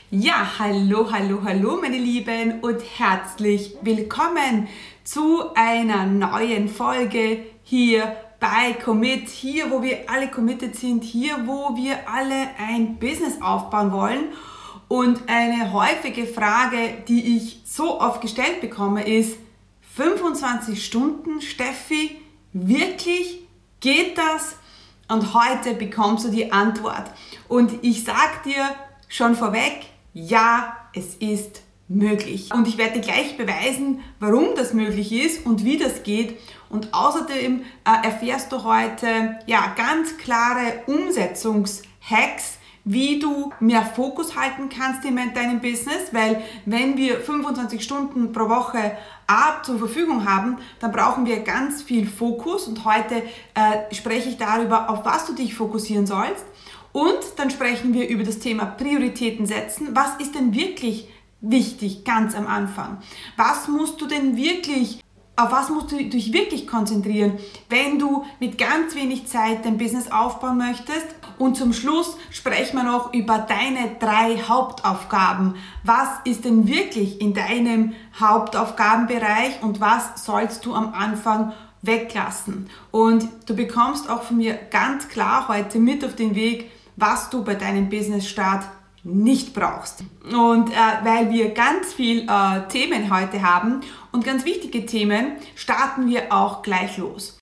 Ja, hallo, hallo, hallo meine Lieben und herzlich willkommen zu einer neuen Folge hier bei Commit, hier wo wir alle committed sind, hier wo wir alle ein Business aufbauen wollen. Und eine häufige Frage, die ich so oft gestellt bekomme, ist: 25 Stunden, Steffi, wirklich? Geht das? Und heute bekommst du die Antwort. Und ich sag dir schon vorweg, ja, es ist möglich. Und ich werde dir gleich beweisen, warum das möglich ist und wie das geht. Und außerdem erfährst du heute ganz klare Umsetzungshacks, wie du mehr Fokus halten kannst in deinem Business, weil wenn wir 25 Stunden pro Woche zur Verfügung haben, dann brauchen wir ganz viel Fokus und heute spreche ich darüber, auf was du dich fokussieren sollst. Und dann sprechen wir über das Thema Prioritäten setzen. Was ist denn wirklich wichtig ganz am Anfang? Auf was musst du dich wirklich konzentrieren, wenn du mit ganz wenig Zeit dein Business aufbauen möchtest? Und zum Schluss sprechen wir noch über deine 3 Hauptaufgaben. Was ist denn wirklich in deinem Hauptaufgabenbereich und was sollst du am Anfang weglassen? Und du bekommst auch von mir ganz klar heute mit auf den Weg, was du bei deinem Business-Start nicht brauchst. Und weil wir ganz viel Themen heute haben und ganz wichtige Themen, starten wir auch gleich los.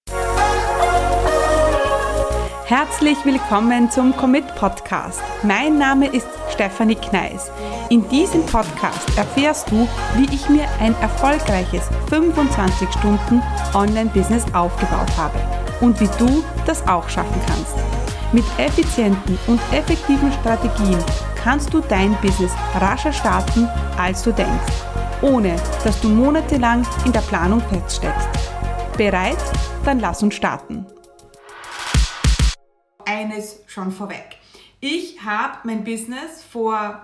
Herzlich willkommen zum Commit Podcast. Mein Name ist Stefanie Kneis. In diesem Podcast erfährst du, wie ich mir ein erfolgreiches 25 Stunden Online-Business aufgebaut habe und wie du das auch schaffen kannst. Mit effizienten und effektiven Strategien kannst du dein Business rascher starten, als du denkst, ohne dass du monatelang in der Planung feststeckst. Bereit? Dann lass uns starten. Eines schon vorweg. Ich habe mein Business vor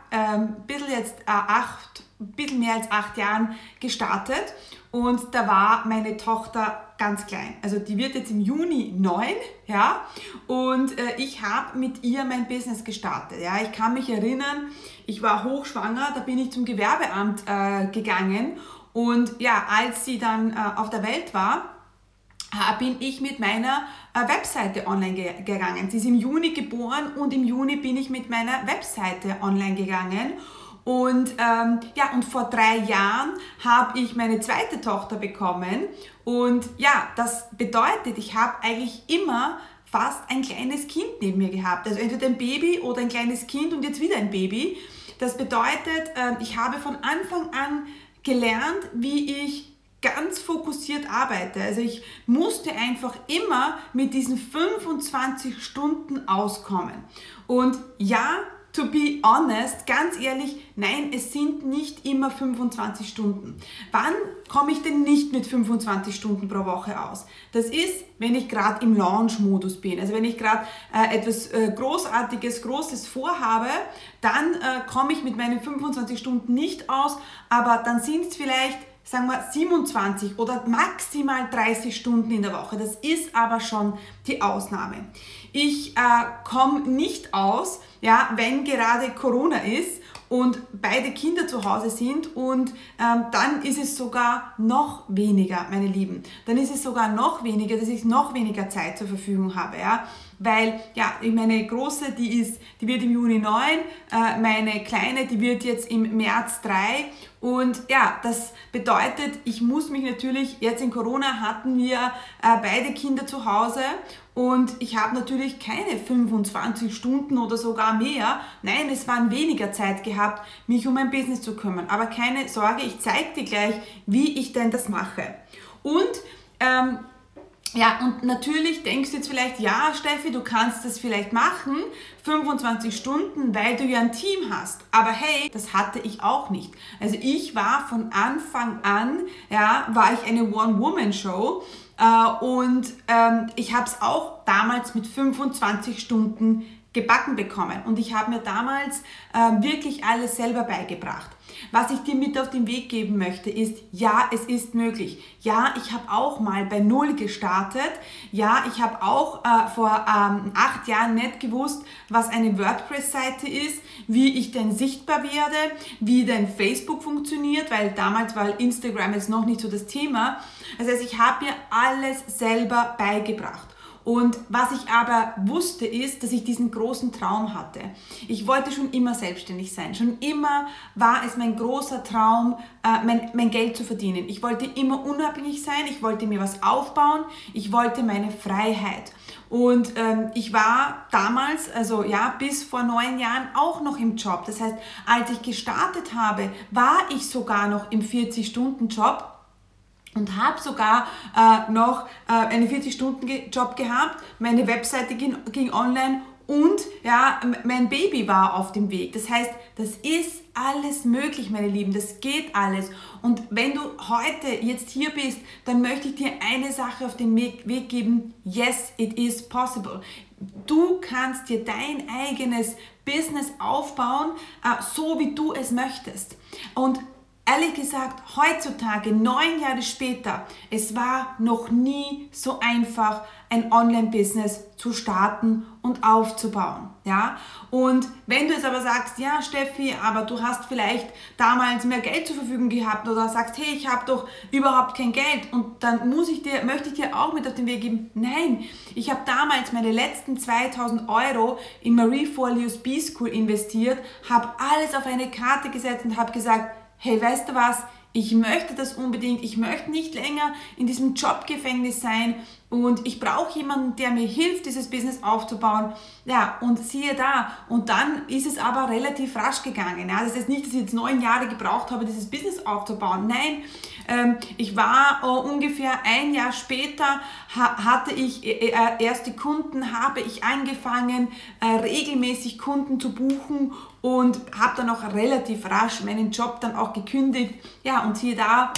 bisschen mehr als 8 Jahren gestartet und da war meine Tochter ganz klein. Also die wird jetzt im Juni 9, ja, und ich habe mit ihr mein Business gestartet. Ja. Ich kann mich erinnern, ich war hochschwanger, da bin ich zum Gewerbeamt gegangen und ja, als sie dann auf der Welt war, bin ich mit meiner Webseite online gegangen. Sie ist im Juni geboren und im Juni bin ich mit meiner Webseite online gegangen. Und und vor 3 Jahren habe ich meine zweite Tochter bekommen. Und ja, das bedeutet, ich habe eigentlich immer fast ein kleines Kind neben mir gehabt. Also entweder ein Baby oder ein kleines Kind und jetzt wieder ein Baby. Das bedeutet, ich habe von Anfang an gelernt, wie ich ganz fokussiert arbeite. Also ich musste einfach immer mit diesen 25 Stunden auskommen. Und ja, to be honest, ganz ehrlich, nein, es sind nicht immer 25 Stunden. Wann komme ich denn nicht mit 25 Stunden pro Woche aus? Das ist, wenn ich gerade im Launch-Modus bin. Also wenn ich gerade etwas Großartiges, Großes vorhabe, dann komme ich mit meinen 25 Stunden nicht aus, aber dann sind es vielleicht, sagen wir, 27 oder maximal 30 Stunden in der Woche. Das ist aber schon die Ausnahme. Ich komme nicht aus, ja, wenn gerade Corona ist und beide Kinder zu Hause sind und dann ist es sogar noch weniger, meine Lieben. Dann ist es sogar noch weniger, dass ich noch weniger Zeit zur Verfügung habe, ja. Weil, ja, meine Große, die wird im Juni 9, meine Kleine, die wird jetzt im März 3 und ja, das bedeutet, ich muss mich natürlich, jetzt in Corona hatten wir beide Kinder zu Hause und ich habe natürlich keine 25 Stunden oder sogar mehr, nein, es waren weniger Zeit gehabt, mich um mein Business zu kümmern. Aber keine Sorge, ich zeige dir gleich, wie ich denn das mache. Und und natürlich denkst du jetzt vielleicht, ja Steffi, du kannst das vielleicht machen, 25 Stunden, weil du ja ein Team hast. Aber hey, das hatte ich auch nicht. Also ich war von Anfang an, war ich eine One-Woman-Show und ich habe es auch damals mit 25 Stunden gebacken bekommen und ich habe mir damals wirklich alles selber beigebracht. Was ich dir mit auf den Weg geben möchte, ist, ja, es ist möglich. Ja, ich habe auch mal bei Null gestartet. Ja, ich habe auch vor 8 Jahren nicht gewusst, was eine WordPress-Seite ist, wie ich denn sichtbar werde, wie denn Facebook funktioniert, weil damals war Instagram jetzt noch nicht so das Thema. Das heißt, ich habe mir alles selber beigebracht. Und was ich aber wusste, ist, dass ich diesen großen Traum hatte. Ich wollte schon immer selbstständig sein. Schon immer war es mein großer Traum, mein Geld zu verdienen. Ich wollte immer unabhängig sein. Ich wollte mir was aufbauen. Ich wollte meine Freiheit. Und ich war damals, also ja, bis vor 9 Jahren auch noch im Job. Das heißt, als ich gestartet habe, war ich sogar noch im 40-Stunden-Job. Und habe sogar noch einen 40-Stunden-Job gehabt, meine Webseite ging online und ja, mein Baby war auf dem Weg. Das heißt, das ist alles möglich, meine Lieben, das geht alles. Und wenn du heute jetzt hier bist, dann möchte ich dir eine Sache auf den Weg geben. Yes, it is possible. Du kannst dir dein eigenes Business aufbauen, so wie du es möchtest. Und ehrlich gesagt, heutzutage, 9 Jahre später, es war noch nie so einfach, ein Online-Business zu starten und aufzubauen. Ja? Und wenn du jetzt aber sagst, ja Steffi, aber du hast vielleicht damals mehr Geld zur Verfügung gehabt oder sagst, hey, ich habe doch überhaupt kein Geld und dann möchte ich dir auch mit auf den Weg geben, nein, ich habe damals meine letzten 2.000 € in Marie Forleo's B-School investiert, habe alles auf eine Karte gesetzt und habe gesagt, hey, weißt du was, ich möchte das unbedingt, ich möchte nicht länger in diesem Jobgefängnis sein und ich brauche jemanden, der mir hilft, dieses Business aufzubauen. Ja, und siehe da, und dann ist es aber relativ rasch gegangen. Ja, das heißt nicht, dass ich jetzt 9 Jahre gebraucht habe, dieses Business aufzubauen. Nein, ich war ungefähr 1 Jahr später, hatte ich erste Kunden, habe ich angefangen, regelmäßig Kunden zu buchen und habe dann auch relativ rasch meinen Job dann auch gekündigt. Ja, und siehe da,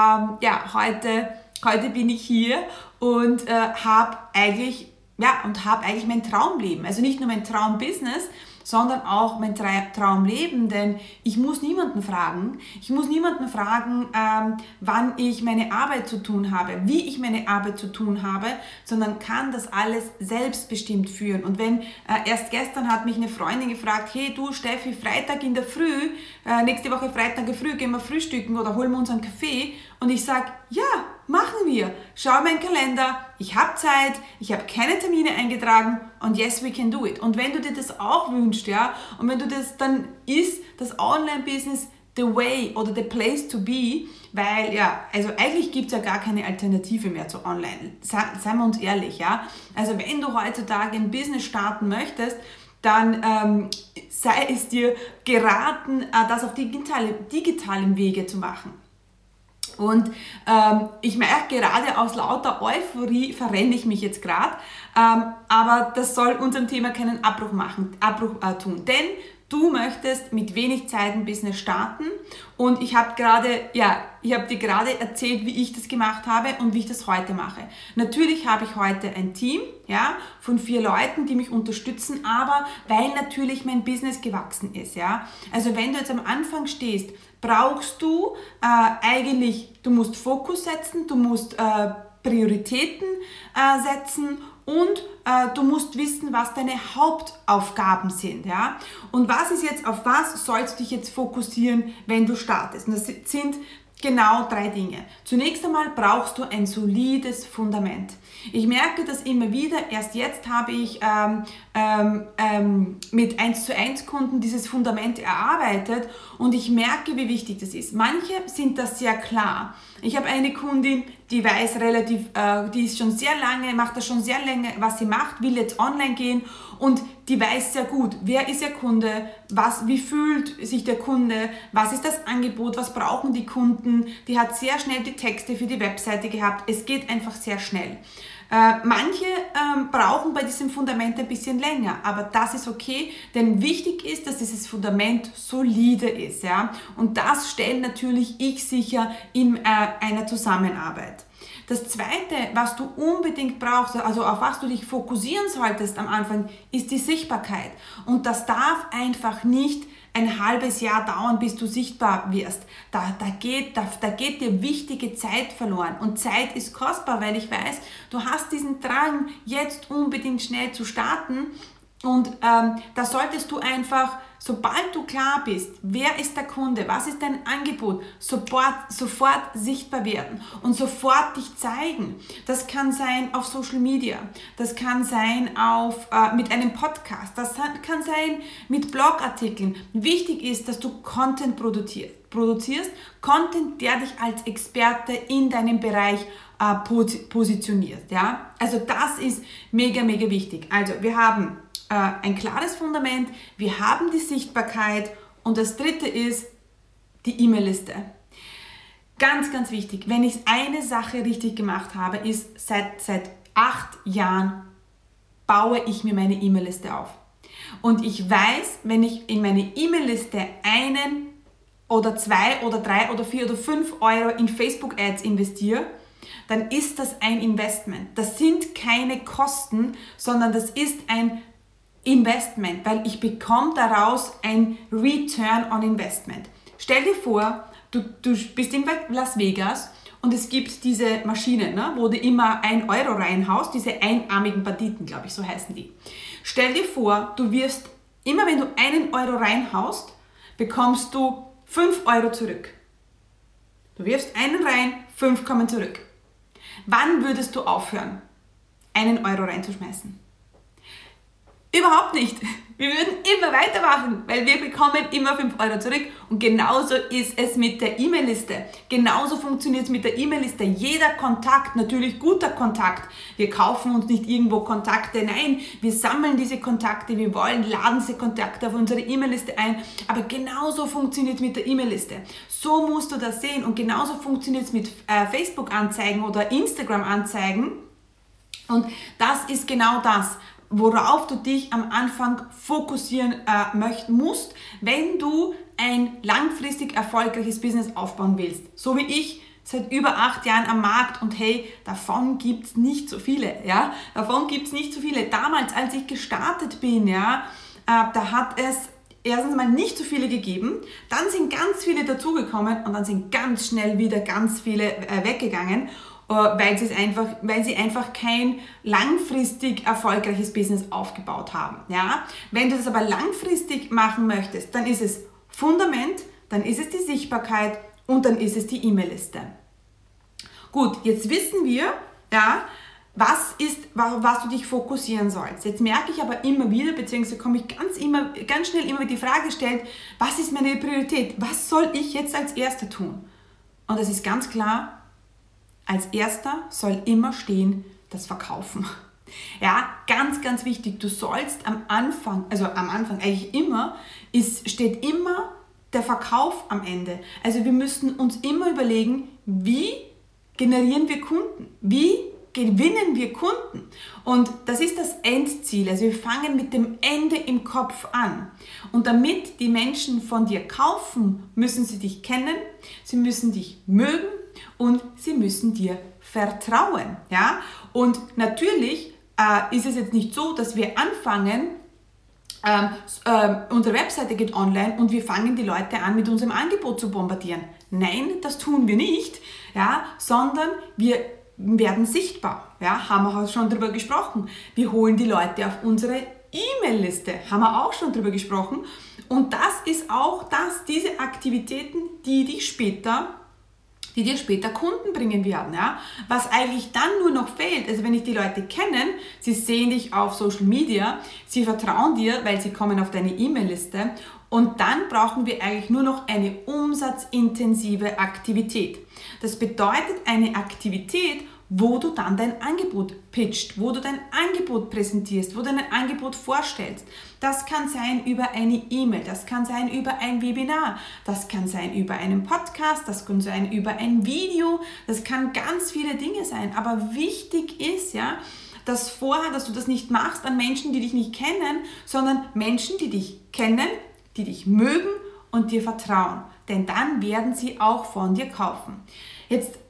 heute bin ich hier und habe eigentlich mein Traumleben. Also nicht nur mein Traumbusiness, sondern auch mein Traumleben, denn ich muss niemanden fragen. Ich muss niemanden fragen, wann ich meine Arbeit zu tun habe, wie ich meine Arbeit zu tun habe, sondern kann das alles selbstbestimmt führen. Und wenn erst gestern hat mich eine Freundin gefragt, hey du Steffi, Freitag in der Früh, nächste Woche Freitag in der Früh gehen wir frühstücken oder holen wir uns einen Kaffee? Und ich sage, ja, machen wir. Schau in meinen Kalender, ich habe Zeit, ich habe keine Termine eingetragen und yes, we can do it. Und wenn du dir das auch wünschst, ja, und wenn du das, dann ist das Online-Business the way oder the place to be, weil ja, also eigentlich gibt es ja gar keine Alternative mehr zu Online. Seien wir uns ehrlich, ja. Also wenn du heutzutage ein Business starten möchtest, dann sei es dir geraten, das auf digitalem Wege zu machen. Und ich merke gerade, aus lauter Euphorie verrenne ich mich jetzt gerade, aber das soll unserem Thema keinen Abbruch tun, denn du möchtest mit wenig Zeit ein Business starten und ich habe dir gerade erzählt, wie ich das gemacht habe und wie ich das heute mache. Natürlich habe ich heute ein Team, ja, von 4 Leuten, die mich unterstützen, aber weil natürlich mein Business gewachsen ist, ja. Also wenn du jetzt am Anfang stehst, brauchst du du musst Fokus setzen, du musst Prioritäten setzen und du musst wissen, was deine Hauptaufgaben sind. Ja? Und auf was sollst du dich jetzt fokussieren, wenn du startest? Und das sind genau 3 Dinge. Zunächst einmal brauchst du ein solides Fundament. Ich merke das immer wieder, erst jetzt habe ich mit 1:1 Kunden dieses Fundament erarbeitet und ich merke, wie wichtig das ist. Manche sind das sehr klar. Ich habe eine Kundin, die weiß die ist schon sehr lange, macht das schon sehr lange, was sie macht, will jetzt online gehen und die weiß sehr gut, wer ist ihr Kunde, wie fühlt sich der Kunde, was ist das Angebot, was brauchen die Kunden, die hat sehr schnell die Texte für die Webseite gehabt, es geht einfach sehr schnell. Manche brauchen bei diesem Fundament ein bisschen länger, aber das ist okay, denn wichtig ist, dass dieses Fundament solide ist, ja? Und das stellt natürlich ich sicher in einer Zusammenarbeit. Das Zweite, was du unbedingt brauchst, also auf was du dich fokussieren solltest am Anfang, ist die Sichtbarkeit. Und das darf einfach nicht ein halbes Jahr dauern, bis du sichtbar wirst. Da geht dir wichtige Zeit verloren. Und Zeit ist kostbar, weil ich weiß, du hast diesen Drang, jetzt unbedingt schnell zu starten. Und da solltest du einfach, sobald du klar bist, wer ist der Kunde, was ist dein Angebot, sofort sichtbar werden und sofort dich zeigen. Das kann sein auf Social Media, das kann sein mit einem Podcast, das kann sein mit Blogartikeln. Wichtig ist, dass du Content produzierst, Content, der dich als Experte in deinem Bereich positioniert. Ja? Also das ist mega, mega wichtig. Also wir haben ein klares Fundament, wir haben die Sichtbarkeit und das dritte ist die E-Mail-Liste. Ganz, ganz wichtig, wenn ich eine Sache richtig gemacht habe, ist seit 8 Jahren baue ich mir meine E-Mail-Liste auf. Und ich weiß, wenn ich in meine E-Mail-Liste 1 oder 2 oder 3 oder 4 oder 5 Euro in Facebook-Ads investiere, dann ist das ein Investment. Das sind keine Kosten, sondern das ist ein Investment, weil ich bekomme daraus ein Return on Investment. Stell dir vor, du bist in Las Vegas und es gibt diese Maschine, ne, wo du immer 1 Euro reinhaust, diese einarmigen Banditen, glaube ich, so heißen die. Stell dir vor, du wirst, immer wenn du 1 Euro reinhaust, bekommst du 5 Euro zurück. Du wirfst einen rein, 5 kommen zurück. Wann würdest du aufhören, 1 Euro reinzuschmeißen? Überhaupt nicht. Wir würden immer weitermachen, weil wir bekommen immer 5 Euro zurück und genauso ist es mit der E-Mail-Liste. Genauso funktioniert es mit der E-Mail-Liste. Jeder Kontakt, natürlich guter Kontakt. Wir kaufen uns nicht irgendwo Kontakte, nein, wir sammeln diese Kontakte, wir laden diese Kontakte auf unsere E-Mail-Liste ein, aber genauso funktioniert es mit der E-Mail-Liste. So musst du das sehen und genauso funktioniert es mit Facebook-Anzeigen oder Instagram-Anzeigen und das ist genau das, worauf du dich am Anfang fokussieren musst, wenn du ein langfristig erfolgreiches Business aufbauen willst. So wie ich seit über 8 Jahren am Markt und hey, davon gibt es nicht so viele. Ja? Davon gibt es nicht so viele. Damals, als ich gestartet bin, ja, da hat es erstens mal nicht so viele gegeben, dann sind ganz viele dazugekommen und dann sind ganz schnell wieder ganz viele weggegangen. Weil sie einfach kein langfristig erfolgreiches Business aufgebaut haben. Ja? Wenn du das aber langfristig machen möchtest, dann ist es Fundament, dann ist es die Sichtbarkeit und dann ist es die E-Mail-Liste. Gut, jetzt wissen wir, ja, was du dich fokussieren sollst. Jetzt merke ich aber immer wieder, beziehungsweise komme ich ganz schnell immer die Frage gestellt, was ist meine Priorität? Was soll ich jetzt als Erster tun? Und das ist ganz klar, als Erster soll immer stehen, das Verkaufen. Ja, ganz, ganz wichtig. Du sollst am Anfang eigentlich immer, steht immer der Verkauf am Ende. Also wir müssen uns immer überlegen, wie generieren wir Kunden? Wie gewinnen wir Kunden? Und das ist das Endziel. Also wir fangen mit dem Ende im Kopf an. Und damit die Menschen von dir kaufen, müssen sie dich kennen, sie müssen dich mögen, und sie müssen dir vertrauen. Ja? Und natürlich ist es jetzt nicht so, dass wir anfangen, unsere Webseite geht online und wir fangen die Leute an, mit unserem Angebot zu bombardieren. Nein, das tun wir nicht, ja? Sondern wir werden sichtbar. Ja? Haben wir auch schon darüber gesprochen. Wir holen die Leute auf unsere E-Mail-Liste. Haben wir auch schon darüber gesprochen. Und das ist auch diese Aktivitäten, die dir später Kunden bringen werden. Ja? Was eigentlich dann nur noch fehlt, also wenn dich die Leute kennen, sie sehen dich auf Social Media, sie vertrauen dir, weil sie kommen auf deine E-Mail-Liste und dann brauchen wir eigentlich nur noch eine umsatzintensive Aktivität. Das bedeutet eine Aktivität, wo du dann dein Angebot pitcht, wo du dein Angebot präsentierst, wo du dein Angebot vorstellst. Das kann sein über eine E-Mail, das kann sein über ein Webinar, das kann sein über einen Podcast, das kann sein über ein Video, das kann ganz viele Dinge sein. Aber wichtig ist, ja, dass du das nicht machst an Menschen, die dich nicht kennen, sondern Menschen, die dich kennen, die dich mögen und dir vertrauen. Denn dann werden sie auch von dir kaufen. Jetzt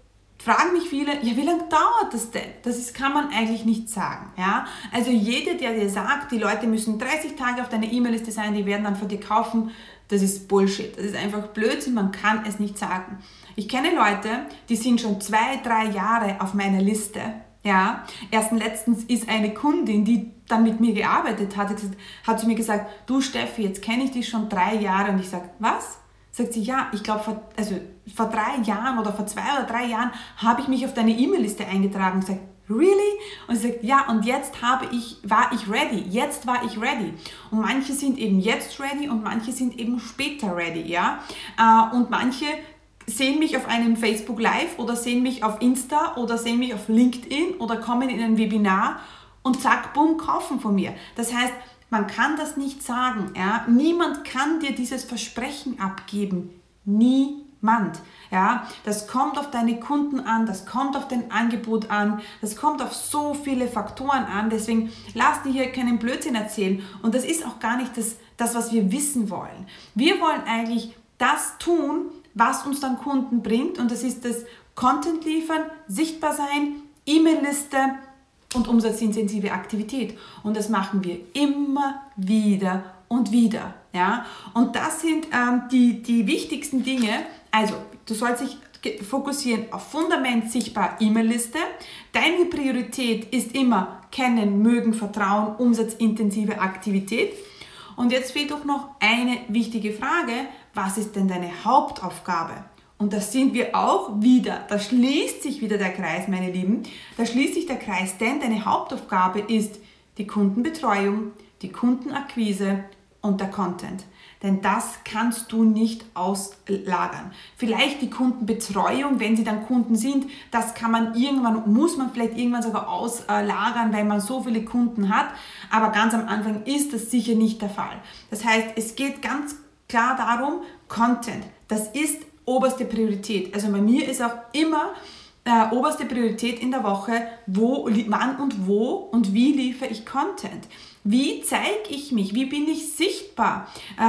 fragen mich viele, ja, wie lange dauert das denn? Kann man eigentlich nicht sagen. Ja? Also jeder, der dir sagt, die Leute müssen 30 Tage auf deiner E-Mail-Liste sein, die werden dann von dir kaufen, das ist Bullshit. Das ist einfach Blödsinn, man kann es nicht sagen. Ich kenne Leute, die sind schon 2-3 Jahre auf meiner Liste. Ja? Erst letztens ist eine Kundin, die dann mit mir gearbeitet hat, hat sie mir gesagt, du Steffi, jetzt kenne ich dich schon 3 Jahre. Und ich sage, was? Sagt sie, ja, ich glaube, vor 3 Jahren oder vor 2 oder 3 Jahren habe ich mich auf deine E-Mail-Liste eingetragen. Ich sage, really? Und sie sagt, ja, und jetzt war ich ready. Jetzt war ich ready. Und manche sind eben jetzt ready und manche sind eben später ready. Ja? Und manche sehen mich auf einem Facebook Live oder sehen mich auf Insta oder sehen mich auf LinkedIn oder kommen in ein Webinar und zack, bumm, kaufen von mir. Das heißt, man kann das nicht sagen. Ja? Niemand kann dir dieses Versprechen abgeben. Niemand. Ja? Das kommt auf deine Kunden an, das kommt auf dein Angebot an, das kommt auf so viele Faktoren an. Deswegen lass dir hier keinen Blödsinn erzählen. Und das ist auch gar nicht das, was wir wissen wollen. Wir wollen eigentlich das tun, was uns dann Kunden bringt. Und das ist das Content liefern, sichtbar sein, E-Mail-Liste und umsatzintensive Aktivität. Und das machen wir immer wieder und wieder. Ja? Und das sind die wichtigsten Dinge. Also, du sollst dich fokussieren auf Fundament, sichtbar, E-Mail-Liste. Deine Priorität ist immer Kennen, Mögen, Vertrauen, umsatzintensive Aktivität. Und jetzt fehlt doch noch eine wichtige Frage. Was ist denn deine Hauptaufgabe? Und das sind wir auch wieder, da schließt sich wieder der Kreis, meine Lieben, da schließt sich der Kreis, denn deine Hauptaufgabe ist die Kundenbetreuung, die Kundenakquise und der Content. Denn das kannst du nicht auslagern. Vielleicht die Kundenbetreuung, wenn sie dann Kunden sind, das muss man vielleicht irgendwann sogar auslagern, weil man so viele Kunden hat, aber ganz am Anfang ist das sicher nicht der Fall. Das heißt, es geht ganz klar darum, Content, das ist oberste Priorität. Also bei mir ist auch immer oberste Priorität in der Woche, wann und wo und wie liefere ich Content. Wie zeige ich mich? Wie bin ich sichtbar?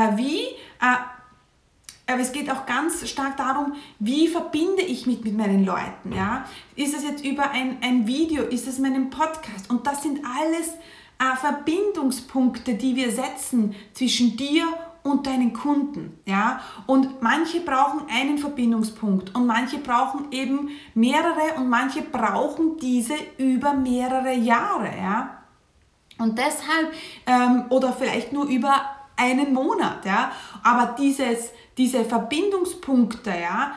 Aber es geht auch ganz stark darum, wie verbinde ich mich mit meinen Leuten? Ja? Ist es jetzt über ein Video? Ist es meinen Podcast? Und das sind alles Verbindungspunkte, die wir setzen zwischen dir und deinen Kunden, ja, und manche brauchen einen Verbindungspunkt und manche brauchen eben mehrere und manche brauchen diese über mehrere Jahre, ja, und deshalb, oder vielleicht nur über einen Monat, ja, aber diese Verbindungspunkte, ja,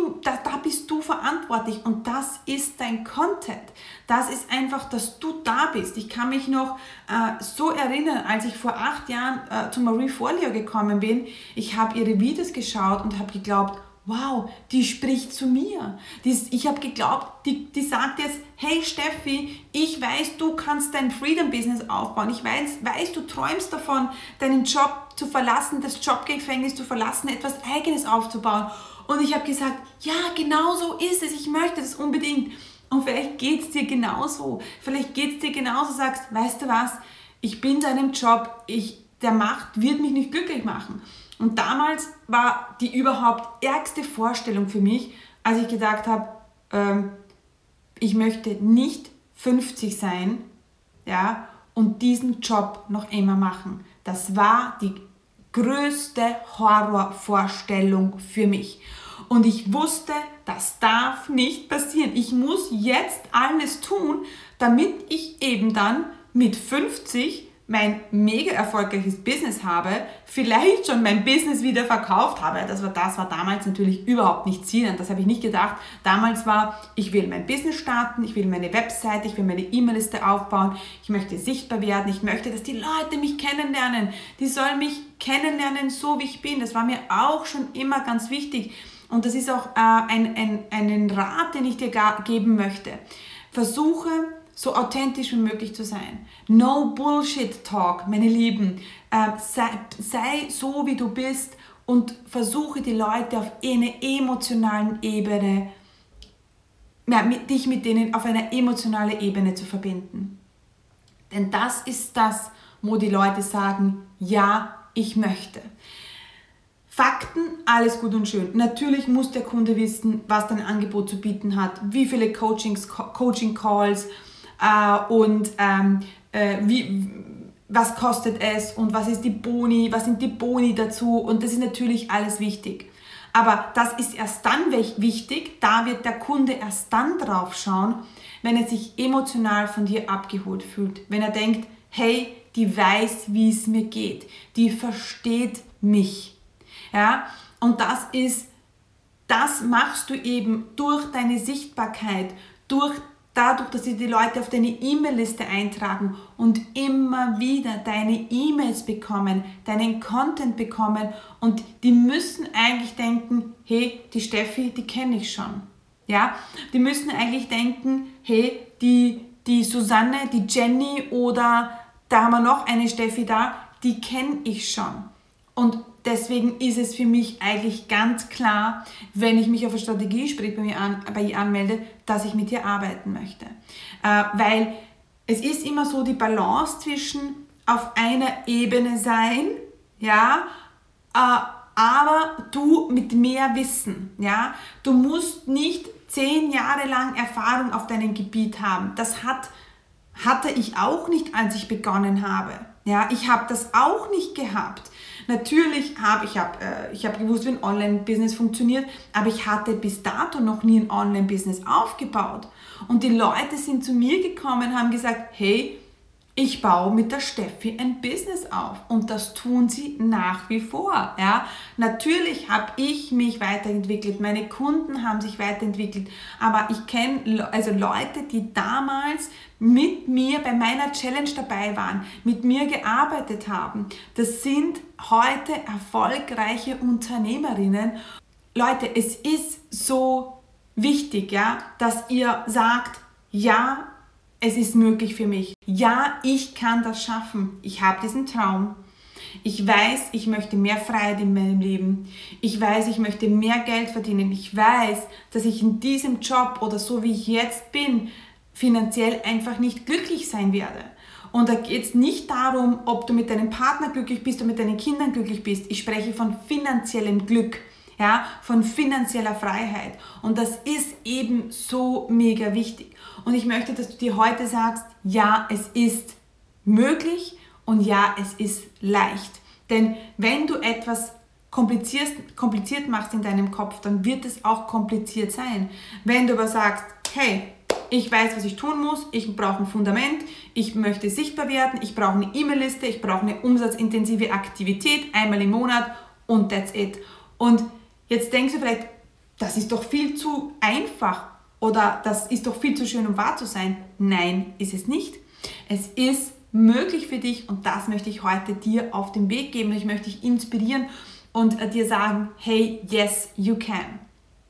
da bist du verantwortlich und das ist dein Content. Das ist einfach, dass du da bist. Ich kann mich noch so erinnern, als ich vor 8 Jahren zu Marie Forleo gekommen bin. Ich habe ihre Videos geschaut und habe geglaubt, wow, die spricht zu mir. Ich habe geglaubt, die sagt jetzt, hey Steffi, ich weiß, du kannst dein Freedom-Business aufbauen. Ich weiß, du träumst davon, deinen Job zu verlassen, das Jobgefängnis zu verlassen, etwas Eigenes aufzubauen. Und ich habe gesagt, ja, genau so ist es, ich möchte das unbedingt. Und vielleicht geht es dir genauso. Vielleicht geht es dir genauso, sagst, weißt du was, ich bin in einem Job, der wird mich nicht glücklich machen. Und damals war die überhaupt ärgste Vorstellung für mich, als ich gedacht habe, ich möchte nicht 50 sein, ja, und diesen Job noch immer machen. Das war die größte Horrorvorstellung für mich. Und ich wusste, das darf nicht passieren. Ich muss jetzt alles tun, damit ich eben dann mit 50 mein mega erfolgreiches Business habe, vielleicht schon mein Business wieder verkauft habe. Das war damals natürlich überhaupt nicht Ziel. Und das habe ich nicht gedacht. Damals war, ich will mein Business starten, ich will meine Webseite, ich will meine E-Mail-Liste aufbauen, ich möchte sichtbar werden, ich möchte, dass die Leute mich kennenlernen. Die sollen mich kennenlernen, so wie ich bin. Das war mir auch schon immer ganz wichtig. Und das ist auch einen Rat, den ich dir geben möchte. Versuche, so authentisch wie möglich zu sein. No Bullshit Talk, meine Lieben. Sei so, wie du bist und versuche die Leute auf einer emotionalen Ebene, dich mit denen auf einer emotionalen Ebene zu verbinden. Denn das ist das, wo die Leute sagen, ja, ich möchte. Fakten, alles gut und schön. Natürlich muss der Kunde wissen, was dein Angebot zu bieten hat, wie viele Coaching-Calls was kostet es und was sind die Boni dazu, und das ist natürlich alles wichtig. Aber das ist erst dann wichtig, da wird der Kunde erst dann drauf schauen, wenn er sich emotional von dir abgeholt fühlt. Wenn er denkt, hey, die weiß, wie es mir geht, die versteht mich. Ja? Und das machst du eben durch deine Sichtbarkeit, dadurch, dass sie die Leute auf deine E-Mail-Liste eintragen und immer wieder deine E-Mails bekommen, deinen Content bekommen, und die müssen eigentlich denken, hey, die Steffi, die kenne ich schon. Ja? Die müssen eigentlich denken, hey, die Susanne, die Jenny, oder da haben wir noch eine Steffi da, die kenne ich schon. Und deswegen ist es für mich eigentlich ganz klar, wenn ich mich auf ein Strategiegespräch bei ihr anmelde, dass ich mit ihr arbeiten möchte. Weil es ist immer so die Balance zwischen auf einer Ebene sein, ja, aber du mit mehr Wissen. Ja. Du musst nicht 10 Jahre lang Erfahrung auf deinem Gebiet haben. Das hatte ich auch nicht, als ich begonnen habe. Ja, ich habe das auch nicht gehabt. Natürlich habe ich gewusst, wie ein Online-Business funktioniert, aber ich hatte bis dato noch nie ein Online-Business aufgebaut. Und die Leute sind zu mir gekommen und haben gesagt, hey, ich baue mit der Steffi ein Business auf, und das tun sie nach wie vor. Ja? Natürlich habe ich mich weiterentwickelt, meine Kunden haben sich weiterentwickelt, aber ich kenne also Leute, die damals mit mir bei meiner Challenge dabei waren, mit mir gearbeitet haben. Das sind heute erfolgreiche Unternehmerinnen. Leute, es ist so wichtig, ja, dass ihr sagt, ja, es ist möglich für mich. Ja, ich kann das schaffen. Ich habe diesen Traum. Ich weiß, ich möchte mehr Freiheit in meinem Leben. Ich weiß, ich möchte mehr Geld verdienen. Ich weiß, dass ich in diesem Job oder so wie ich jetzt bin, finanziell einfach nicht glücklich sein werde. Und da geht es nicht darum, ob du mit deinem Partner glücklich bist oder mit deinen Kindern glücklich bist. Ich spreche von finanziellem Glück. Ja, von finanzieller Freiheit. Und das ist eben so mega wichtig. Und ich möchte, dass du dir heute sagst, ja, es ist möglich und ja, es ist leicht. Denn wenn du etwas kompliziert machst in deinem Kopf, dann wird es auch kompliziert sein. Wenn du aber sagst, hey, ich weiß, was ich tun muss, ich brauche ein Fundament, ich möchte sichtbar werden, ich brauche eine E-Mail-Liste, ich brauche eine umsatzintensive Aktivität, einmal im Monat, und that's it. Und jetzt denkst du vielleicht, das ist doch viel zu einfach oder das ist doch viel zu schön, um wahr zu sein. Nein, ist es nicht. Es ist möglich für dich, und das möchte ich heute dir auf den Weg geben. Ich möchte dich inspirieren und dir sagen, hey, yes, you can.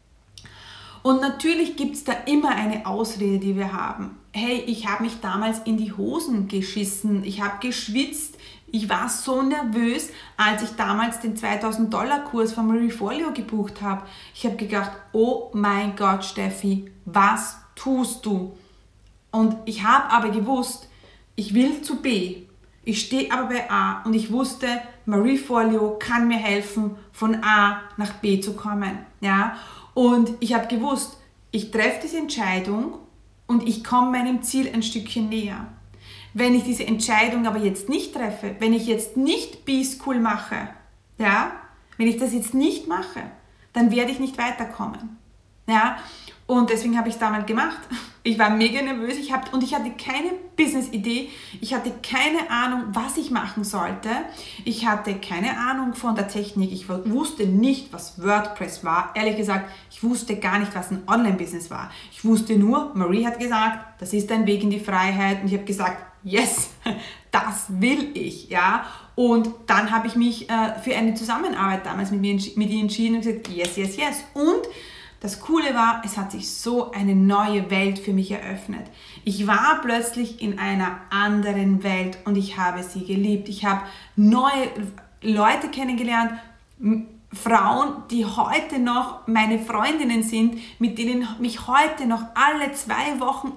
Und natürlich gibt es da immer eine Ausrede, die wir haben. Hey, ich habe mich damals in die Hosen geschissen, ich habe geschwitzt, ich war so nervös, als ich damals den $2000 Kurs von Marie Forleo gebucht habe. Ich habe gedacht, oh mein Gott, Steffi, was tust du? Und ich habe aber gewusst, ich will zu B. Ich stehe aber bei A, und ich wusste, Marie Forleo kann mir helfen, von A nach B zu kommen. Ja? Und ich habe gewusst, ich treffe diese Entscheidung und ich komme meinem Ziel ein Stückchen näher. Wenn ich diese Entscheidung aber jetzt nicht treffe, wenn ich jetzt nicht B-School mache, ja, wenn ich das jetzt nicht mache, dann werde ich nicht weiterkommen. Ja? Und deswegen habe ich es damals gemacht. Ich war mega nervös ich hatte keine Business-Idee. Ich hatte keine Ahnung, was ich machen sollte. Ich hatte keine Ahnung von der Technik. Ich wusste nicht, was WordPress war. Ehrlich gesagt, ich wusste gar nicht, was ein Online-Business war. Ich wusste nur, Marie hat gesagt, das ist ein Weg in die Freiheit. Und ich habe gesagt, yes, das will ich. Ja? Und dann habe ich mich für eine Zusammenarbeit damals mit ihr entschieden und gesagt, yes, yes, yes. Und das Coole war, es hat sich so eine neue Welt für mich eröffnet. Ich war plötzlich in einer anderen Welt und ich habe sie geliebt. Ich habe neue Leute kennengelernt, Frauen, die heute noch meine Freundinnen sind, mit denen ich heute noch alle 2 Wochen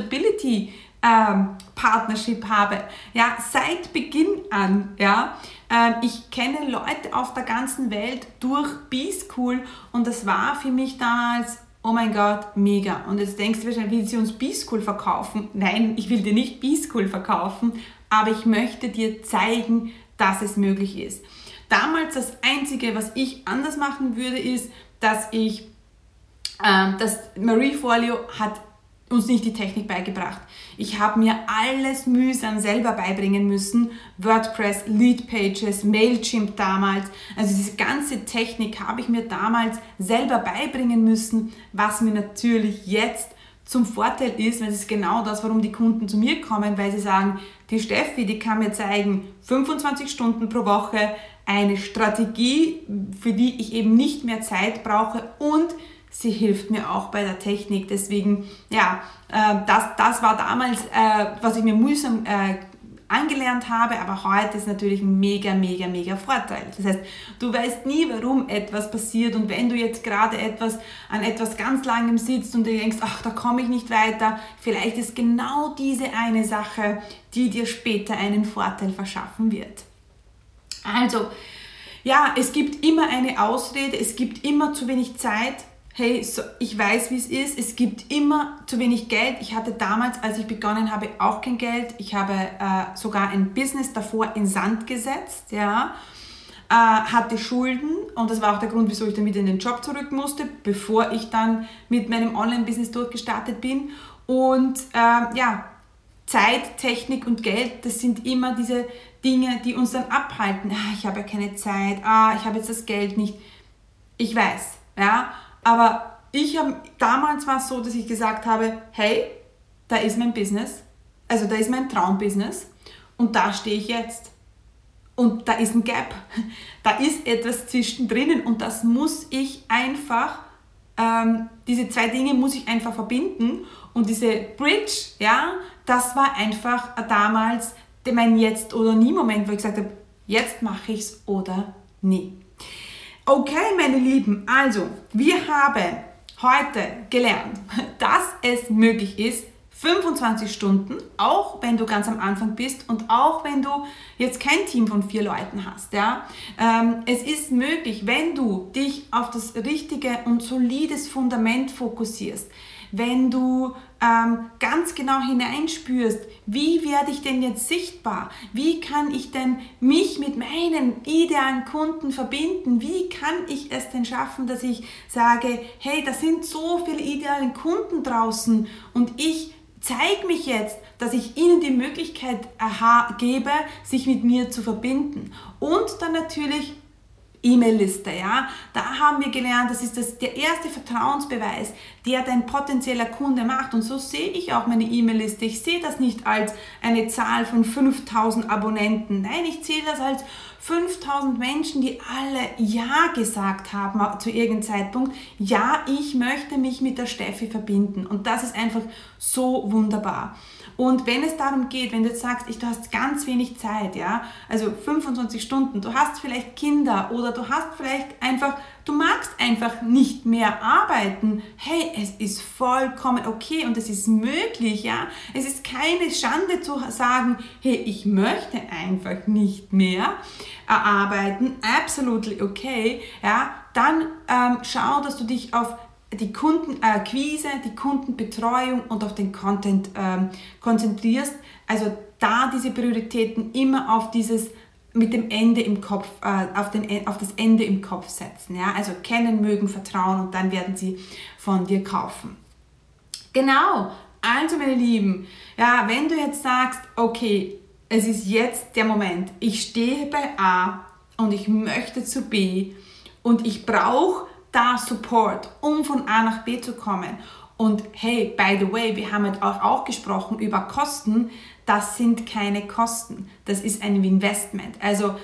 Accountability Partnership habe. Ja, seit Beginn an. Ja. Ich kenne Leute auf der ganzen Welt durch B-School und das war für mich damals, oh mein Gott, mega. Und jetzt denkst du wahrscheinlich, will sie uns B-School verkaufen? Nein, ich will dir nicht B-School verkaufen, aber ich möchte dir zeigen, dass es möglich ist. Damals das Einzige, was ich anders machen würde, ist, dass Marie Forleo hat uns nicht die Technik beigebracht. Ich habe mir alles mühsam selber beibringen müssen. WordPress, Leadpages, Mailchimp damals. Also diese ganze Technik habe ich mir damals selber beibringen müssen, was mir natürlich jetzt zum Vorteil ist, weil es ist genau das, warum die Kunden zu mir kommen, weil sie sagen, die Steffi, die kann mir zeigen, 25 Stunden pro Woche, eine Strategie, für die ich eben nicht mehr Zeit brauche und sie hilft mir auch bei der Technik. Deswegen, ja, das war damals, was ich mir mühsam angelernt habe, aber heute ist natürlich ein mega, mega, mega Vorteil. Das heißt, du weißt nie, warum etwas passiert und wenn du jetzt gerade an etwas ganz Langem sitzt und dir denkst, ach, da komme ich nicht weiter, vielleicht ist genau diese eine Sache, die dir später einen Vorteil verschaffen wird. Also, ja, es gibt immer eine Ausrede, es gibt immer zu wenig Zeit. Hey, so, ich weiß, wie es ist. Es gibt immer zu wenig Geld. Ich hatte damals, als ich begonnen habe, auch kein Geld. Ich habe sogar ein Business davor in Sand gesetzt, ja, hatte Schulden und das war auch der Grund, wieso ich dann wieder in den Job zurück musste, bevor ich dann mit meinem Online-Business durchgestartet bin. Und ja, Zeit, Technik und Geld, das sind immer diese Dinge, die uns dann abhalten. Ich habe ja keine Zeit, ich habe jetzt das Geld nicht. Ich weiß, ja. Aber damals war es so, dass ich gesagt habe, hey, da ist mein Business, also da ist mein Traumbusiness und da stehe ich jetzt. Und da ist ein Gap, da ist etwas zwischendrin und das muss ich einfach, diese zwei Dinge muss ich einfach verbinden und diese Bridge, ja, das war einfach damals mein Jetzt- oder Nie-Moment, wo ich gesagt habe, jetzt mache ich es oder nie. Okay, meine Lieben, also wir haben heute gelernt, dass es möglich ist, 25 Stunden, auch wenn du ganz am Anfang bist und auch wenn du jetzt kein Team von 4 Leuten hast. Ja? Es ist möglich, wenn du dich auf das richtige und solides Fundament fokussierst, wenn du ganz genau hineinspürst, wie werde ich denn jetzt sichtbar? Wie kann ich denn mich mit meinen idealen Kunden verbinden? Wie kann ich es denn schaffen, dass ich sage, hey, da sind so viele ideale Kunden draußen und ich zeige mich jetzt, dass ich ihnen die Möglichkeit gebe, sich mit mir zu verbinden. Und dann natürlich E-Mail-Liste, ja. Da haben wir gelernt, das ist der erste Vertrauensbeweis, der dein potenzieller Kunde macht. Und so sehe ich auch meine E-Mail-Liste. Ich sehe das nicht als eine Zahl von 5000 Abonnenten. Nein, ich sehe das als 5000 Menschen, die alle Ja gesagt haben zu irgendeinem Zeitpunkt. Ja, ich möchte mich mit der Steffi verbinden. Und das ist einfach so wunderbar. Und wenn es darum geht, wenn du jetzt sagst, du hast ganz wenig Zeit, ja, also 25 Stunden, du hast vielleicht Kinder oder du hast vielleicht einfach, du magst einfach nicht mehr arbeiten, hey, es ist vollkommen okay und es ist möglich, ja, es ist keine Schande zu sagen, hey, ich möchte einfach nicht mehr arbeiten, absolutely okay, ja, dann schau, dass du dich auf die Kundenakquise, die Kundenbetreuung und auf den Content konzentrierst. Also da diese Prioritäten immer auf dieses mit dem Ende im Kopf, auf das Ende im Kopf setzen. Ja? Also kennen, mögen, vertrauen und dann werden sie von dir kaufen. Genau, also meine Lieben, ja, wenn du jetzt sagst, okay, es ist jetzt der Moment, ich stehe bei A und ich möchte zu B und ich brauche da Support, um von A nach B zu kommen. Und hey, by the way, wir haben auch gesprochen über Kosten. Das sind keine Kosten. Das ist ein Investment. Also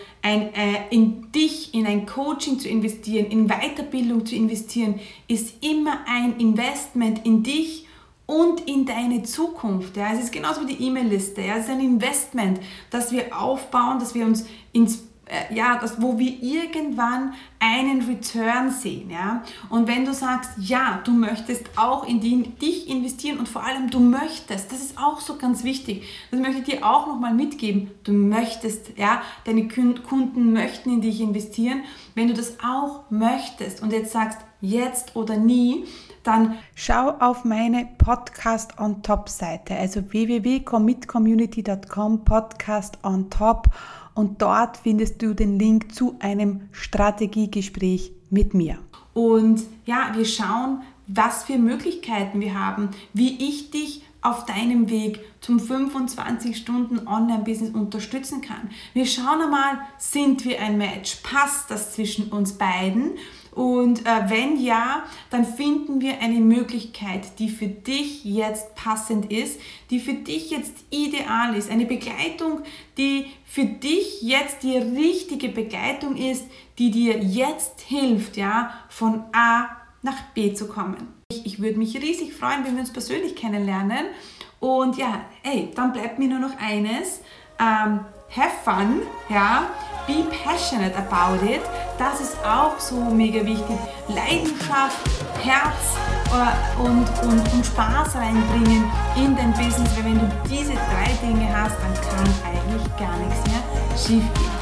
in dich, in ein Coaching zu investieren, in Weiterbildung zu investieren, ist immer ein Investment in dich und in deine Zukunft. Ja, es ist genauso wie die E-Mail-Liste. Ja, es ist ein Investment, das wir aufbauen, dass wir uns wo wir irgendwann einen Return sehen. Ja? Und wenn du sagst, ja, du möchtest auch in dich investieren und vor allem du möchtest, das ist auch so ganz wichtig, das möchte ich dir auch nochmal mitgeben, du möchtest, ja, deine Kunden möchten in dich investieren. Wenn du das auch möchtest und jetzt sagst, jetzt oder nie, dann schau auf meine Podcast on Top Seite, also www.commitcommunity.com Podcast on Top, und dort findest du den Link zu einem Strategiegespräch mit mir. Und ja, wir schauen, was für Möglichkeiten wir haben, wie ich dich auf deinem Weg zum 25-Stunden-Online-Business unterstützen kann. Wir schauen einmal, sind wir ein Match? Passt das zwischen uns beiden? Und wenn ja, dann finden wir eine Möglichkeit, die für dich jetzt passend ist, die für dich jetzt ideal ist. Eine Begleitung, die für dich jetzt die richtige Begleitung ist, die dir jetzt hilft, ja, von A nach B zu kommen. Ich würde mich riesig freuen, wenn wir uns persönlich kennenlernen. Und ja, dann bleibt mir nur noch eines. Have fun, ja, be passionate about it. Das ist auch so mega wichtig. Leidenschaft, Herz und Spaß reinbringen in dein Business. Weil wenn du diese 3 Dinge hast, dann kann eigentlich gar nichts mehr schief gehen.